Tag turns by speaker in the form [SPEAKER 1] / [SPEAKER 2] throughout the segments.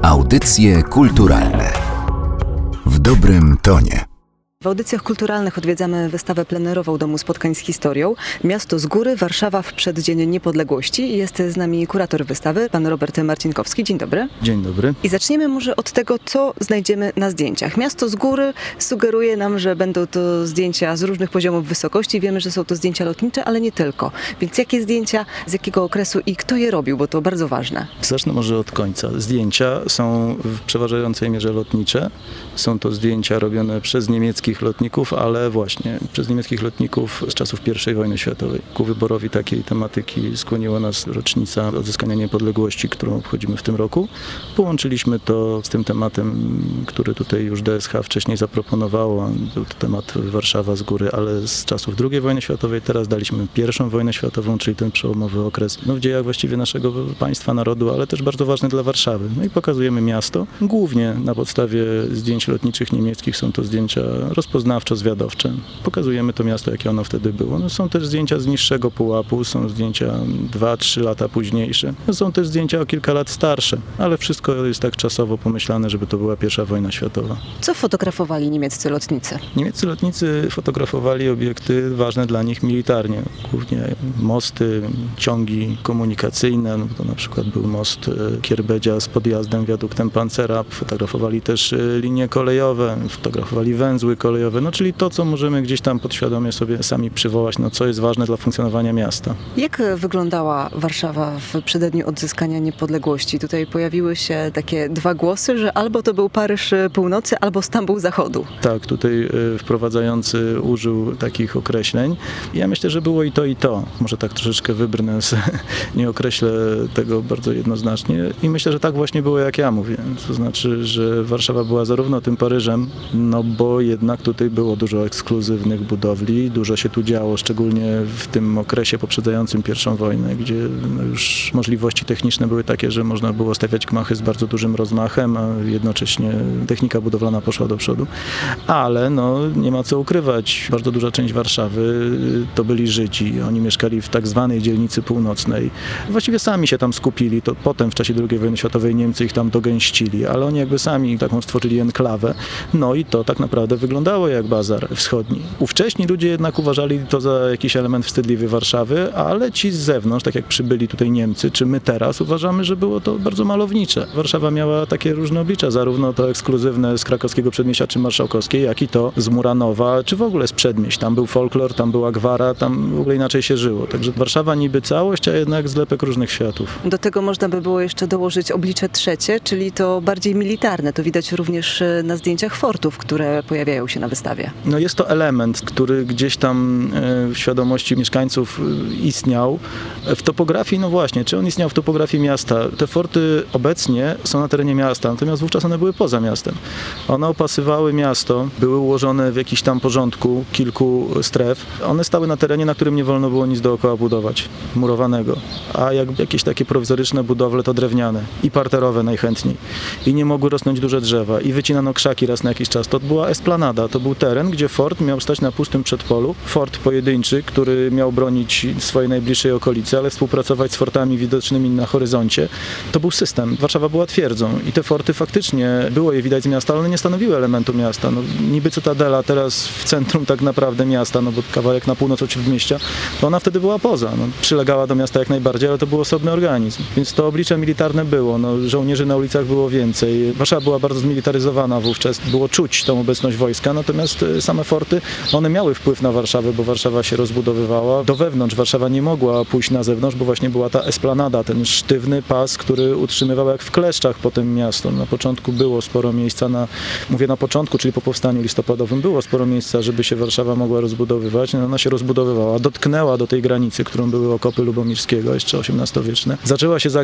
[SPEAKER 1] Audycje kulturalne w dobrym tonie.
[SPEAKER 2] W audycjach kulturalnych odwiedzamy wystawę plenerową Domu Spotkań z Historią. Miasto z góry, Warszawa w przeddzień niepodległości. Jest z nami kurator wystawy, pan Robert Marcinkowski. Dzień dobry.
[SPEAKER 3] Dzień dobry.
[SPEAKER 2] I zaczniemy może od tego, co znajdziemy na zdjęciach. Miasto z góry sugeruje nam, że będą to zdjęcia z różnych poziomów wysokości. Wiemy, że są to zdjęcia lotnicze, ale nie tylko. Więc jakie zdjęcia, z jakiego okresu i kto je robił, bo to bardzo ważne.
[SPEAKER 3] Zacznę może od końca. Zdjęcia są w przeważającej mierze lotnicze. Są to zdjęcia robione przez niemieckich lotników, ale właśnie przez niemieckich lotników z czasów I wojny światowej. Ku wyborowi takiej tematyki skłoniła nas rocznica odzyskania niepodległości, którą obchodzimy w tym roku. Połączyliśmy to z tym tematem, który tutaj już DSH wcześniej zaproponowało. Był to temat Warszawa z góry, ale z czasów II wojny światowej. Teraz daliśmy I wojnę światową, czyli ten przełomowy okres w dziejach właściwie naszego państwa, narodu, ale też bardzo ważny dla Warszawy. No i pokazujemy miasto. Głównie na podstawie zdjęć lotniczych niemieckich są to zdjęcia rozpoznawczo-zwiadowcze. Pokazujemy to miasto, jakie ono wtedy było. No, są też zdjęcia z niższego pułapu, są zdjęcia 2-3 lata późniejsze. No, są też zdjęcia o kilka lat starsze, ale wszystko jest tak czasowo pomyślane, żeby to była I wojna światowa.
[SPEAKER 2] Co fotografowali niemieccy lotnicy?
[SPEAKER 3] Niemieccy lotnicy fotografowali obiekty ważne dla nich militarnie. Głównie mosty, ciągi komunikacyjne. No, to na przykład był most Kierbedzia z podjazdem, wiaduktem Pancera. Fotografowali też linie kolejowe, fotografowali węzły kolejowe, no czyli to, co możemy gdzieś tam podświadomie sobie sami przywołać, no co jest ważne dla funkcjonowania miasta.
[SPEAKER 2] Jak wyglądała Warszawa w przededniu odzyskania niepodległości? Tutaj pojawiły się takie dwa głosy, że albo to był Paryż Północy, albo Stambuł Zachodu.
[SPEAKER 3] Tak, tutaj wprowadzający użył takich określeń. Ja myślę, że było i to, i to. Może tak troszeczkę wybrnę, nie określę tego bardzo jednoznacznie i myślę, że tak właśnie było, jak ja mówię. To znaczy, że Warszawa była zarówno tym Paryżem, no bo jednak tutaj było dużo ekskluzywnych budowli, dużo się tu działo, szczególnie w tym okresie poprzedzającym I wojnę, gdzie już możliwości techniczne były takie, że można było stawiać gmachy z bardzo dużym rozmachem, a jednocześnie technika budowlana poszła do przodu. Ale nie ma co ukrywać, bardzo duża część Warszawy to byli Żydzi. Oni mieszkali w tak zwanej dzielnicy północnej. Właściwie sami się tam skupili, to potem w czasie II wojny światowej Niemcy ich tam dogęścili, ale oni jakby sami taką stworzyli enklawę. No i to tak naprawdę wyglądało jak bazar wschodni. Ówcześni ludzie jednak uważali to za jakiś element wstydliwy Warszawy, ale ci z zewnątrz, tak jak przybyli tutaj Niemcy, czy my teraz, uważamy, że było to bardzo malownicze. Warszawa miała takie różne oblicza, zarówno to ekskluzywne z krakowskiego przedmieścia czy marszałkowskiej, jak i to z Muranowa, czy w ogóle z przedmieść. Tam był folklor, tam była gwara, tam w ogóle inaczej się żyło. Także Warszawa niby całość, a jednak zlepek różnych światów.
[SPEAKER 2] Do tego można by było jeszcze dołożyć oblicze trzecie, czyli to bardziej militarne. To widać również na zdjęciach fortów, które pojawiają się na wystawie.
[SPEAKER 3] No jest to element, który gdzieś tam w świadomości mieszkańców istniał. W topografii, no właśnie, czy on istniał w topografii miasta? Te forty obecnie są na terenie miasta, natomiast wówczas one były poza miastem. One opasywały miasto, były ułożone w jakiś tam porządku kilku stref. One stały na terenie, na którym nie wolno było nic dookoła budować, murowanego. A jak jakieś takie prowizoryczne budowle, to drewniane i parterowe najchętniej. I nie mogły rosnąć duże drzewa. I wycinano krzaki raz na jakiś czas. To była esplanada, to był teren, gdzie fort miał stać na pustym przedpolu. Fort pojedynczy, który miał bronić swojej najbliższej okolicy, ale współpracować z fortami widocznymi na horyzoncie. To był system. Warszawa była twierdzą i te forty faktycznie, było je widać z miasta, ale one nie stanowiły elementu miasta. Niby Cytadela teraz w centrum tak naprawdę miasta, bo kawałek na północ od śródmieścia, to ona wtedy była poza. Przylegała do miasta jak najbardziej, ale to był osobny organizm. Więc to oblicze militarne było. Żołnierzy na ulicach było więcej. Warszawa była bardzo zmilitaryzowana wówczas. Było czuć tą obecność wojska, natomiast same forty, one miały wpływ na Warszawę, bo Warszawa się rozbudowywała. Do wewnątrz Warszawa nie mogła pójść na zewnątrz, bo właśnie była ta esplanada, ten sztywny pas, który utrzymywał jak w kleszczach potem miasto. Na początku było sporo miejsca, mówię na początku, czyli po powstaniu listopadowym, było sporo miejsca, żeby się Warszawa mogła rozbudowywać. Ona się rozbudowywała, dotknęła do tej granicy, którą były okopy Lubomirskiego, jeszcze XVIII-wieczne. Zaczęła się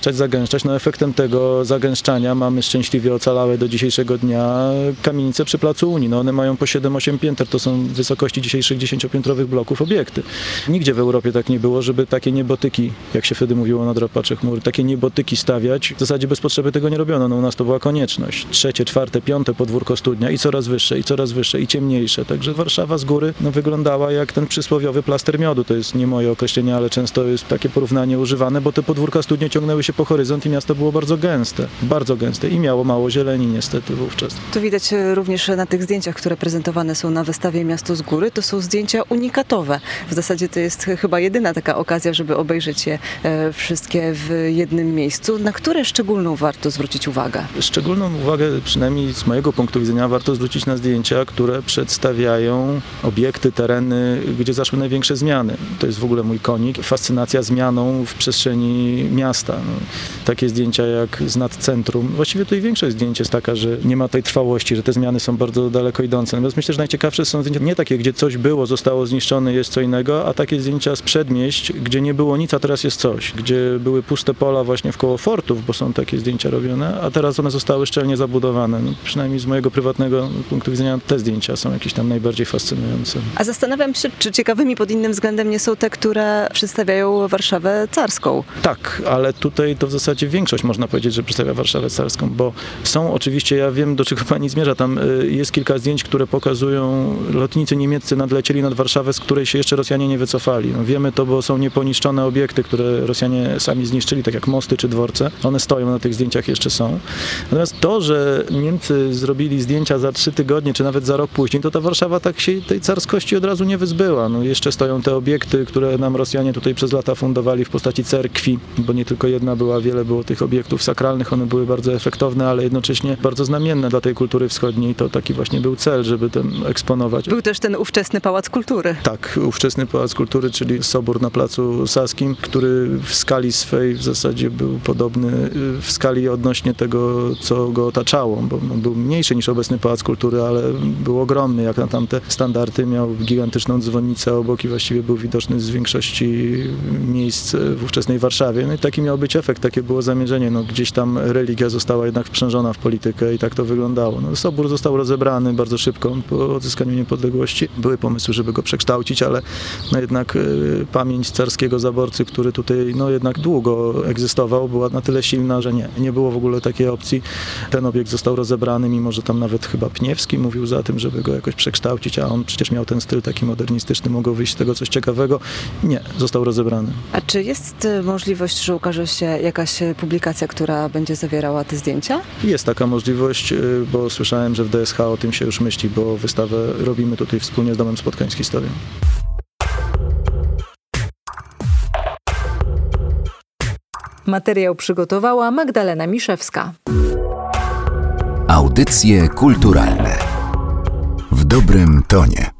[SPEAKER 3] zagęszczać. Efektem tego zagęszczania mamy szczęśliwie ocalałe do dzisiejszego dnia kamienice przy placu Placu Unii. No one mają po 7-8 pięter, to są wysokości dzisiejszych 10-piętrowych bloków obiekty. Nigdzie w Europie tak nie było, żeby takie niebotyki, jak się wtedy mówiło na drapaczu chmur, takie niebotyki stawiać. W zasadzie bez potrzeby tego nie robiono. No u nas to była konieczność. 3., 4., 5. podwórko studnia i coraz wyższe i ciemniejsze. Także Warszawa z góry wyglądała jak ten przysłowiowy plaster miodu. To jest nie moje określenie, ale często jest takie porównanie używane, bo te podwórka studnie ciągnęły się po horyzont i miasto było bardzo gęste i miało mało zieleni niestety wówczas.
[SPEAKER 2] Tu widać również na tych zdjęciach, które prezentowane są na wystawie Miasto z góry, to są zdjęcia unikatowe. W zasadzie to jest chyba jedyna taka okazja, żeby obejrzeć je wszystkie w jednym miejscu. Na które szczególną warto zwrócić uwagę?
[SPEAKER 3] Szczególną uwagę, przynajmniej z mojego punktu widzenia, warto zwrócić na zdjęcia, które przedstawiają obiekty, tereny, gdzie zaszły największe zmiany. To jest w ogóle mój konik. Fascynacja zmianą w przestrzeni miasta. Takie zdjęcia jak z nadcentrum. Właściwie tutaj większość zdjęć jest taka, że nie ma tej trwałości, że te zmiany są bardzo daleko idące. Natomiast myślę, że najciekawsze są zdjęcia nie takie, gdzie coś było, zostało zniszczone, jest co innego, a takie zdjęcia z przedmieść, gdzie nie było nic, a teraz jest coś. Gdzie były puste pola właśnie wkoło fortów, bo są takie zdjęcia robione, a teraz one zostały szczelnie zabudowane. Przynajmniej z mojego prywatnego punktu widzenia te zdjęcia są jakieś tam najbardziej fascynujące.
[SPEAKER 2] A zastanawiam się, czy ciekawymi pod innym względem nie są te, które przedstawiają Warszawę carską.
[SPEAKER 3] Tak, ale tutaj to w zasadzie większość można powiedzieć, że przedstawia Warszawę carską, bo są oczywiście, ja wiem, do czego pani zmierza, tam jest kilka zdjęć, które pokazują lotnicy niemieccy nadlecieli nad Warszawę, z której się jeszcze Rosjanie nie wycofali. Wiemy to, bo są nieponiszczone obiekty, które Rosjanie sami zniszczyli, tak jak mosty czy dworce. One stoją na tych zdjęciach, jeszcze są. Natomiast to, że Niemcy zrobili zdjęcia za 3 tygodnie, czy nawet za rok później, to ta Warszawa tak się tej carskości od razu nie wyzbyła. Jeszcze stoją te obiekty, które nam Rosjanie tutaj przez lata fundowali w postaci cerkwi, bo nie tylko jedna była, wiele było tych obiektów sakralnych, one były bardzo efektowne, ale jednocześnie bardzo znamienne dla tej kultury wschodniej. To taki właśnie był cel, żeby ten eksponować.
[SPEAKER 2] Był też ten ówczesny Pałac Kultury.
[SPEAKER 3] Tak, ówczesny Pałac Kultury, czyli sobór na Placu Saskim, który w skali swej w zasadzie był podobny w skali odnośnie tego, co go otaczało, bo on był mniejszy niż obecny Pałac Kultury, ale był ogromny, jak na tamte standardy. Miał gigantyczną dzwonnicę obok i właściwie był widoczny z większości miejsc w ówczesnej Warszawie. I taki miał być efekt, takie było zamierzenie. Gdzieś tam religia została jednak wprzężona w politykę i tak to wyglądało. Sobór został rozebrany bardzo szybko po odzyskaniu niepodległości. Były pomysły, żeby go przekształcić, ale jednak pamięć carskiego zaborcy, który tutaj jednak długo egzystował, była na tyle silna, że nie było w ogóle takiej opcji. Ten obiekt został rozebrany, mimo że tam nawet chyba Pniewski mówił za tym, żeby go jakoś przekształcić, a on przecież miał ten styl taki modernistyczny, mogło wyjść z tego coś ciekawego. Nie, został rozebrany.
[SPEAKER 2] A czy jest możliwość, że ukaże się jakaś publikacja, która będzie zawierała te zdjęcia?
[SPEAKER 3] Jest taka możliwość, bo słyszałem, że w DSH o tym się już myśli, bo wystawę robimy tutaj wspólnie z Domem Spotkań z Historią.
[SPEAKER 4] Materiał przygotowała Magdalena Miszewska.
[SPEAKER 1] Audycje kulturalne w dobrym tonie.